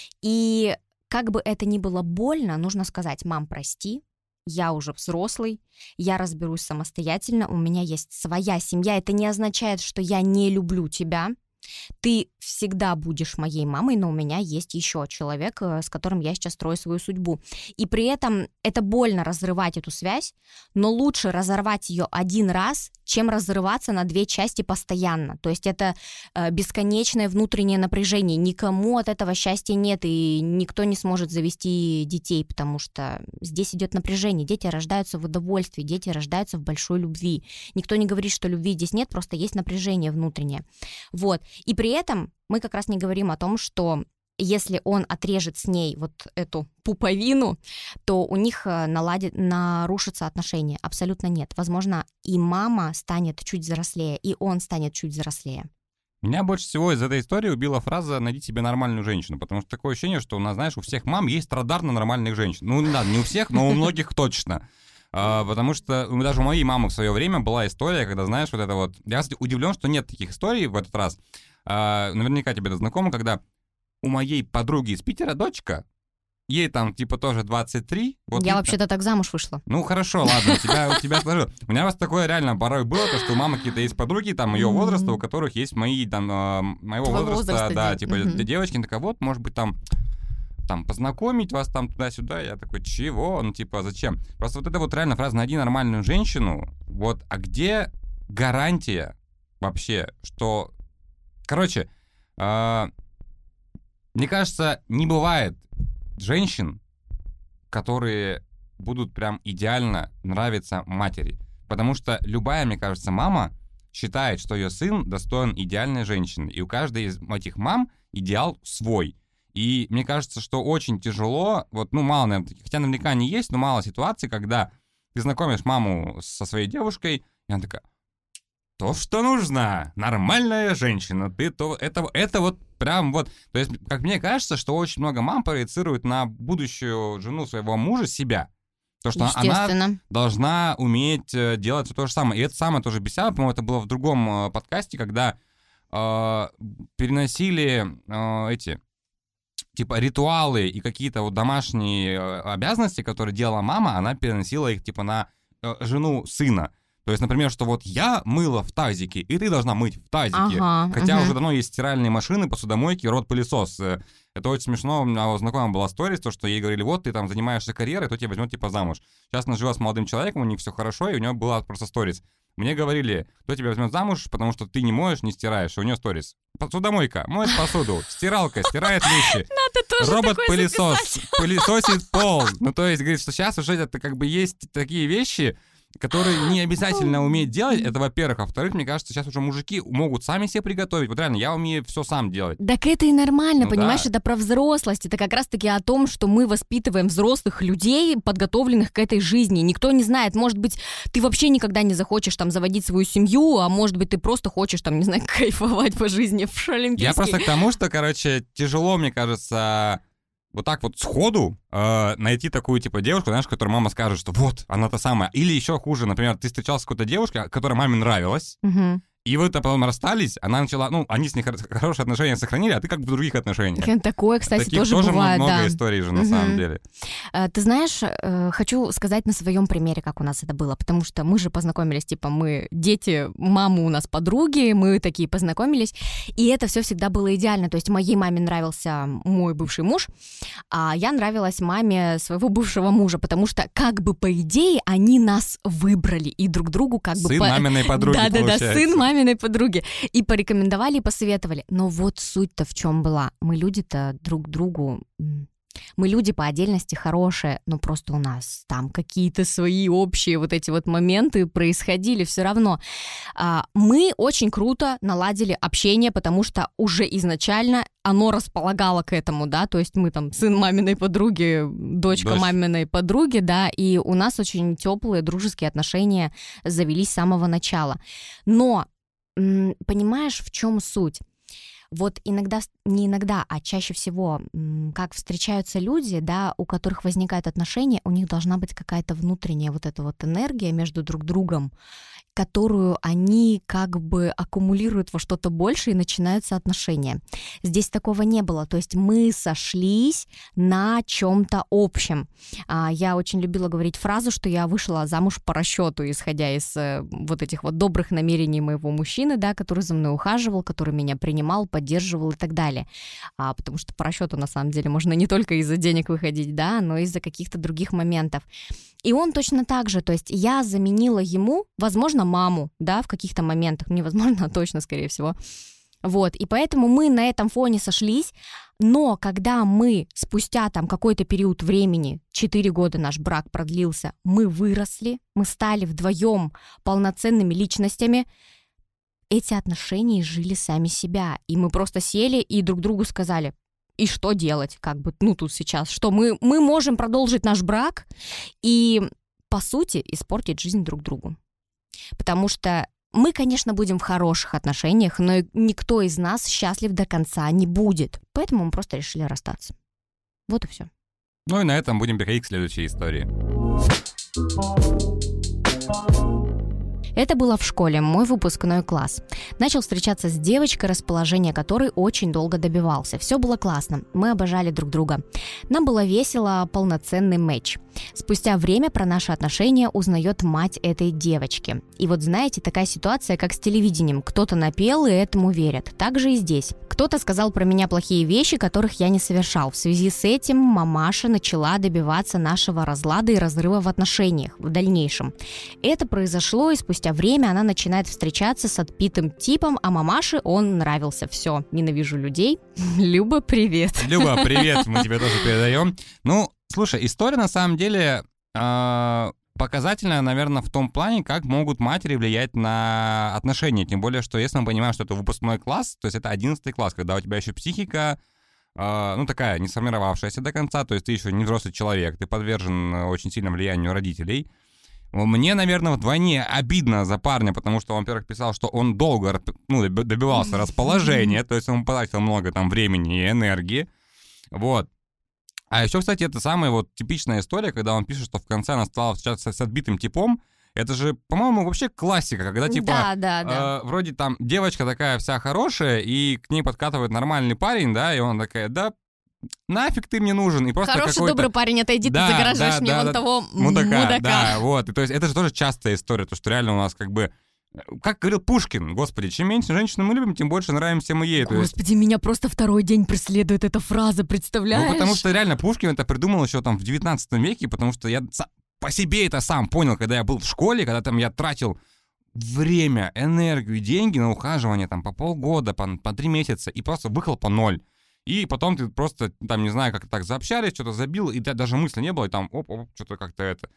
И как бы это ни было больно, нужно сказать: мам, прости, я уже взрослый, я разберусь самостоятельно, у меня есть своя семья. Это не означает, что я не люблю тебя. Ты всегда будешь моей мамой, но у меня есть еще человек, с которым я сейчас строю свою судьбу. И при этом это больно разрывать эту связь, но лучше разорвать ее один раз, чем разрываться на две части постоянно. То есть это э, бесконечное внутреннее напряжение. Никому от этого счастья нет, и никто не сможет завести детей, потому что здесь идет напряжение. Дети рождаются в удовольствии, дети рождаются в большой любви. Никто не говорит, что любви здесь нет, просто есть напряжение внутреннее. Вот. И при этом мы как раз не говорим о том, что если он отрежет с ней вот эту пуповину, то у них наладит, нарушатся отношения. Абсолютно нет. Возможно, и мама станет чуть взрослее, и он станет чуть взрослее. Меня больше всего из этой истории убила фраза «найди себе нормальную женщину», потому что такое ощущение, что у нас, знаешь, у всех мам есть радар на нормальных женщин. Ну, да, не у всех, но у многих точно. А, потому что даже у моей мамы в свое время была история, когда, знаешь, вот это вот... Я, кстати, удивлен, что нет таких историй в этот раз. А, наверняка тебе это знакомо, когда у моей подруги из Питера дочка, ей там типа тоже двадцать три. Вот Я и... вообще-то так замуж вышла. Ну хорошо, ладно, у тебя, у тебя сложилось. У меня просто такое реально порой было, то, что у мамы какие-то есть подруги, там, ее возраста, у которых есть мои, там, э, моего Твоего возраста, возраста, да, де- типа мгм. девочки, такая, вот, может быть, там, там, познакомить вас там туда-сюда. Я такой: чего? Ну, типа, зачем? Просто вот это вот реально фраза «найди нормальную женщину». Вот, а где гарантия вообще, что... Короче, э, мне кажется, не бывает женщин, которые будут прям идеально нравиться матери. Потому что любая, мне кажется, мама считает, что ее сын достоин идеальной женщины. И у каждой из этих мам идеал свой. И мне кажется, что очень тяжело, вот, ну, мало, наверное, таких, хотя наверняка не есть, но мало ситуаций, когда ты знакомишь маму со своей девушкой, и она такая: то, что нужно. Нормальная женщина. Ты то... Это, это вот прям вот... То есть, как мне кажется, что очень много мам проецируют на будущую жену своего мужа себя. То, что она должна уметь делать все то же самое. И это самое тоже бесило. По-моему, это было в другом подкасте, когда э, переносили э, эти... типа ритуалы и какие-то вот домашние обязанности, которые делала мама, она переносила их типа на э, жену сына. То есть, например, что вот я мыла в тазике, и ты должна мыть в тазике. Ага, Хотя ага. уже давно есть стиральные машины, посудомойки, робот-пылесос. Это очень смешно. У меня у знакомой была история, то, что ей говорили, вот ты там занимаешься карьерой, то тебя возьмет типа замуж. Сейчас она жила с молодым человеком, у них все хорошо, и у нее была просто сторис. Мне говорили, кто тебя возьмет замуж, потому что ты не моешь, не стираешь, и у нее сторис. Посудомойка моет посуду, стиралка стирает вещи, робот-пылесос пылесосит пол. Ну, то есть, говорит, что сейчас уже это как бы есть такие вещи, которые не обязательно уметь делать, это во-первых. А во-вторых, мне кажется, сейчас уже мужики могут сами себе приготовить. Вот реально, я умею все сам делать. Так это и нормально, ну, понимаешь, да. Это про взрослость. Это как раз-таки о том, что мы воспитываем взрослых людей, подготовленных к этой жизни. Никто не знает, может быть, ты вообще никогда не захочешь там заводить свою семью, а может быть, ты просто хочешь там, не знаю, кайфовать по жизни в Олимпийский. Я просто к тому, что, короче, тяжело, мне кажется... Вот так вот сходу э, найти такую, типа, девушку, знаешь, которой мама скажет, что вот, она та самая. Или еще хуже, например, ты встречался с какой-то девушкой, которая маме нравилась, Угу. и вы потом расстались, она начала, ну, они с ней хор- хорошие отношения сохранили, а ты как бы в других отношениях. Такое, кстати, Таких тоже, тоже бывает, много да. историй же, на Угу. самом деле. Ты знаешь, хочу сказать на своем примере, как у нас это было, потому что мы же познакомились, типа, мы дети, мамы у нас подруги, мы такие познакомились, и это все всегда было идеально, то есть моей маме нравился мой бывший муж, а я нравилась маме своего бывшего мужа, потому что, как бы, по идее, они нас выбрали, и друг другу как бы... Сын по... маминой подруги, Да-да-да, получается. сын маминой подруги. И порекомендовали, и посоветовали. Но вот суть-то в чем была. Мы люди-то друг другу... Мы люди по отдельности хорошие, но просто у нас там какие-то свои общие вот эти вот моменты происходили все равно. Мы очень круто наладили общение, потому что уже изначально оно располагало к этому, да, то есть мы там сын маминой подруги, дочка Дочь. маминой подруги, да, и у нас очень теплые дружеские отношения завелись с самого начала. Но понимаешь, в чем суть? Вот иногда, не иногда, а чаще всего, как встречаются люди, да, у которых возникают отношения, у них должна быть какая-то внутренняя вот эта вот энергия между друг другом, которую они как бы аккумулируют во что-то больше, и начинаются отношения. Здесь такого не было, то есть мы сошлись на чем-то общем. Я очень любила говорить фразу, что я вышла замуж по расчету, исходя из вот этих вот добрых намерений моего мужчины, да, который за мной ухаживал, который меня принимал, поддерживал и так далее. А, потому что по расчету, на самом деле, можно не только из-за денег выходить, да, но и из-за каких-то других моментов. И он точно так же, то есть я заменила ему, возможно, маму, да, в каких-то моментах, невозможно, а точно, скорее всего. Вот, и поэтому мы на этом фоне сошлись, но когда мы спустя там какой-то период времени, четыре года наш брак продлился, мы выросли, мы стали вдвоем полноценными личностями, эти отношения жили сами себя, и мы просто сели и друг другу сказали, и что делать, как бы, ну, тут сейчас, что мы, мы можем продолжить наш брак и, по сути, испортить жизнь друг другу. Потому что мы, конечно, будем в хороших отношениях, но никто из нас счастлив до конца не будет. Поэтому мы просто решили расстаться. Вот и все. Ну и на этом будем переходить к следующей истории. Это было в школе, мой выпускной класс. Начал встречаться с девочкой, расположение которой очень долго добивался. Все было классно, мы обожали друг друга. Нам было весело, полноценный матч. Спустя время про наши отношения узнает мать этой девочки. И вот знаете, такая ситуация, как с телевидением. Кто-то напел и этому верят. Так же и здесь. Кто-то сказал про меня плохие вещи, которых я не совершал. В связи с этим мамаша начала добиваться нашего разлада и разрыва в отношениях в дальнейшем. Это произошло, и спустя время она начинает встречаться с отпитым типом, а мамаше он нравился. Все, ненавижу людей. Люба, привет. Люба, привет, мы тебе тоже передаем. Ну, слушай, история на самом деле э, показательная, наверное, в том плане, как могут матери влиять на отношения. Тем более, что если мы понимаем, что это выпускной класс, то есть это одиннадцатый класс, когда у тебя еще психика, э, ну, такая, не сформировавшаяся до конца, то есть ты еще не взрослый человек, ты подвержен очень сильному влиянию родителей. Мне, наверное, вдвойне обидно за парня, потому что он, во-первых, писал, что он долго ну, добивался расположения, то есть он потратил много там времени и энергии, вот. А еще, кстати, это самая вот типичная история, когда он пишет, что в конце она стала встречаться с отбитым типом. Это же, по-моему, вообще классика, когда типа да, да, да. Э, вроде там девочка такая вся хорошая, и к ней подкатывает нормальный парень, да, и он такая, да, нафиг ты мне нужен. И просто хороший, какой-то... добрый парень, отойди, да, ты загораживаешь да, мне да, вон да, того мудака. мудака. Да, вот. И, то есть это же тоже частая история, то, что реально у нас как бы... Как говорил Пушкин, господи, чем меньше женщину мы любим, тем больше нравимся мы ей. Господи, есть... меня просто второй день преследует эта фраза, представляешь? Ну, потому что реально Пушкин это придумал еще там в девятнадцатом веке, потому что я по себе это сам понял, когда я был в школе, когда там я тратил время, энергию, деньги на ухаживание там по полгода, по, по три месяца, и просто выхлопа ноль. И потом ты просто, там, не знаю, как так заобщались, что-то забил, и даже мысли не было, и там, оп-оп, что-то как-то это...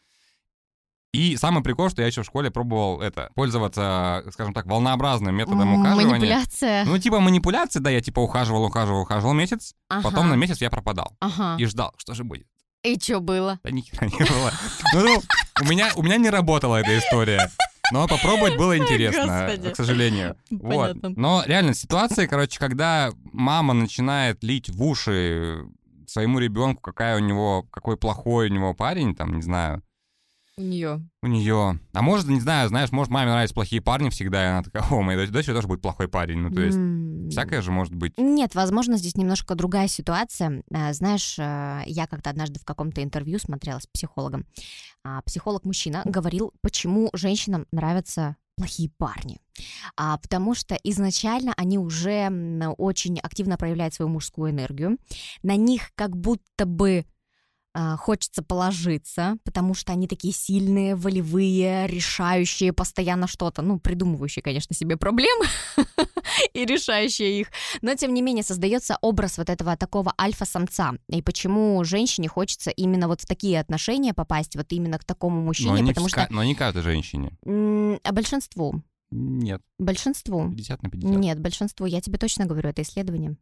И самый прикол, что я еще в школе пробовал это, пользоваться, скажем так, волнообразным методом ухаживания. Манипуляция. Ну, типа манипуляция, да, я типа ухаживал, ухаживал, ухаживал месяц, ага. потом на месяц я пропадал. Ага. И ждал, что же будет. И что было? Да ни хера не было. Ну, у меня, у меня не работала эта история. Но попробовать было интересно, к сожалению. Вот. Но реально ситуация, короче, когда мама начинает лить в уши своему ребенку, какая у него, какой плохой у него парень, там, не знаю. У нее. У нее. А может, не знаю, знаешь, может, маме нравятся плохие парни всегда, и она такая, о, моей дочери тоже будет плохой парень. Ну, то есть, mm. всякое же может быть. Нет, возможно, здесь немножко другая ситуация. Знаешь, я как-то однажды в каком-то интервью смотрела с психологом. Психолог-мужчина говорил, почему женщинам нравятся плохие парни. А, потому что изначально они уже очень активно проявляют свою мужскую энергию. На них как будто бы хочется положиться, потому что они такие сильные, волевые, решающие постоянно что-то, ну, придумывающие, конечно, себе проблемы и решающие их, но, тем не менее, создается образ вот этого такого альфа-самца, и почему женщине хочется именно вот в такие отношения попасть, вот именно к такому мужчине, но потому не что... Но не каждой женщине. А большинству? Нет. Большинству? пятьдесят на пятьдесят. Нет, большинству, я тебе точно говорю, это исследование.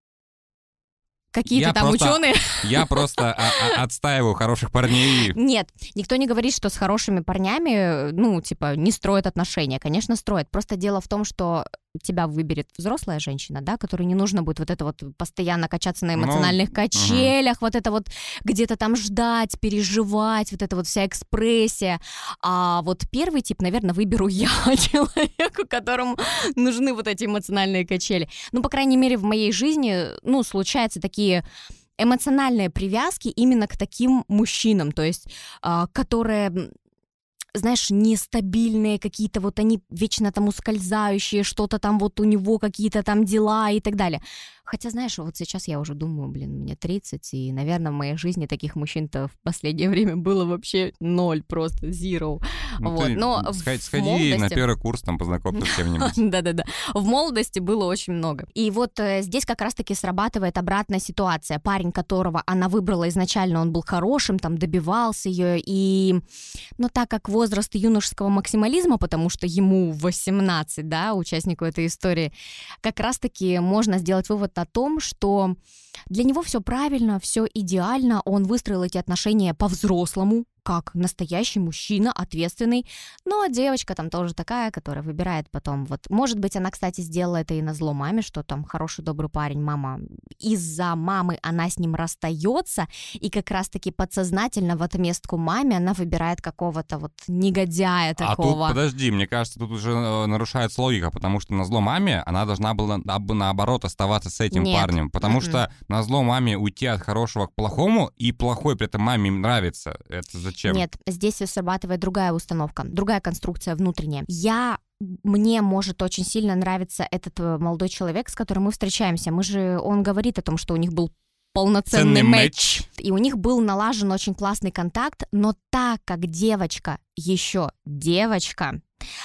Какие-то я там просто, ученые. Я просто отстаиваю хороших парней. Нет, никто не говорит, что с хорошими парнями, ну, типа, не строят отношения. Конечно, строят. Просто дело в том, что тебя выберет взрослая женщина, да, которой не нужно будет вот это вот постоянно качаться на эмоциональных ну, качелях, угу. вот это вот где-то там ждать, переживать, вот эта вот вся экспрессия. А вот первый тип, наверное, выберу я, человеку, которому нужны вот эти эмоциональные качели. Ну, по крайней мере, в моей жизни, ну, случаются такие эмоциональные привязки именно к таким мужчинам, то есть, а, которые... знаешь, нестабильные какие-то, вот они вечно там ускользающие, что-то там вот у него какие-то там дела и так далее. Хотя, знаешь, вот сейчас я уже думаю, блин, мне тридцать, и, наверное, в моей жизни таких мужчин-то в последнее время было вообще ноль, просто zero. Ну, вот. Но сходи, в сходи молодости... на первый курс, там, познакомься с кем-нибудь. Да-да-да. В молодости было очень много. И вот э, здесь как раз-таки срабатывает обратная ситуация. Парень, которого она выбрала изначально, он был хорошим, там, добивался ее, и... Но так как возраст юношеского максимализма, потому что ему восемнадцать, да, участнику этой истории, как раз-таки можно сделать вывод о том, что для него все правильно, все идеально, он выстроил эти отношения по-взрослому, как настоящий мужчина, ответственный. Ну, а девочка там тоже такая, которая выбирает потом. Вот, может быть, она, кстати, сделала это и назло маме, что там хороший, добрый парень, мама. Из-за мамы она с ним расстается, и как раз-таки подсознательно в отместку маме она выбирает какого-то вот негодяя такого. А тут, подожди, мне кажется, тут уже нарушается логика, потому что назло маме она должна была, наоборот, оставаться с этим Нет. парнем, потому mm-hmm. что назло маме уйти от хорошего к плохому, и плохой при этом маме им нравится. Это зачем? Нет, здесь срабатывает другая установка, другая конструкция внутренняя. Я, мне может очень сильно нравиться этот молодой человек, с которым мы встречаемся. Мы же, он говорит о том, что у них был полноценный матч. И у них был налажен очень классный контакт, но так как девочка еще девочка,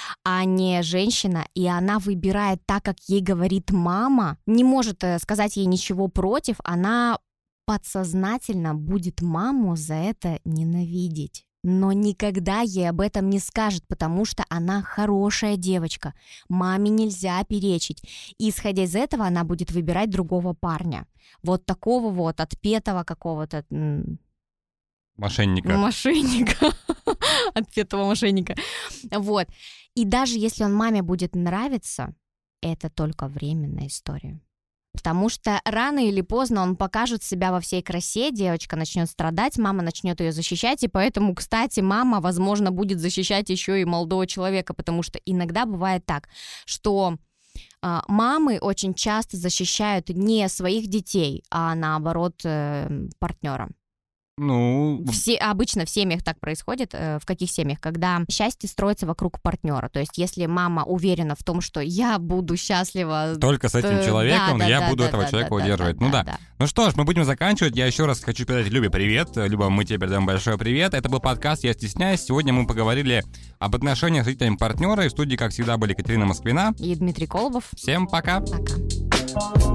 а не женщина, и она выбирает так, как ей говорит мама, не может сказать ей ничего против, она подсознательно будет маму за это ненавидеть. Но никогда ей об этом не скажет, потому что она хорошая девочка. Маме нельзя перечить. И, исходя из этого, она будет выбирать другого парня. Вот такого вот отпетого какого-то... Мошенника. Мошенника. Отпетого мошенника. Вот. И даже если он маме будет нравиться, это только временная история. Потому что рано или поздно он покажет себя во всей красе, девочка начнет страдать, мама начнет ее защищать, и поэтому, кстати, мама, возможно, будет защищать еще и молодого человека, потому что иногда бывает так, что э, мамы очень часто защищают не своих детей, а наоборот э, партнера. Ну, Все, обычно в семьях так происходит. В каких семьях? Когда счастье строится вокруг партнера. То есть если мама уверена в том, что я буду счастлива... Только с этим человеком да, я да, буду да, этого да, человека да, удерживать. да, Ну да, да. да. Ну что ж, мы будем заканчивать. Я еще раз хочу передать Любе привет. Люба, мы тебе передаем большой привет. Это был подкаст «Я стесняюсь». Сегодня мы поговорили об отношениях с родителями партнера. И в студии, как всегда, были Катерина Москвина И Дмитрий Колобов. Всем пока. Пока.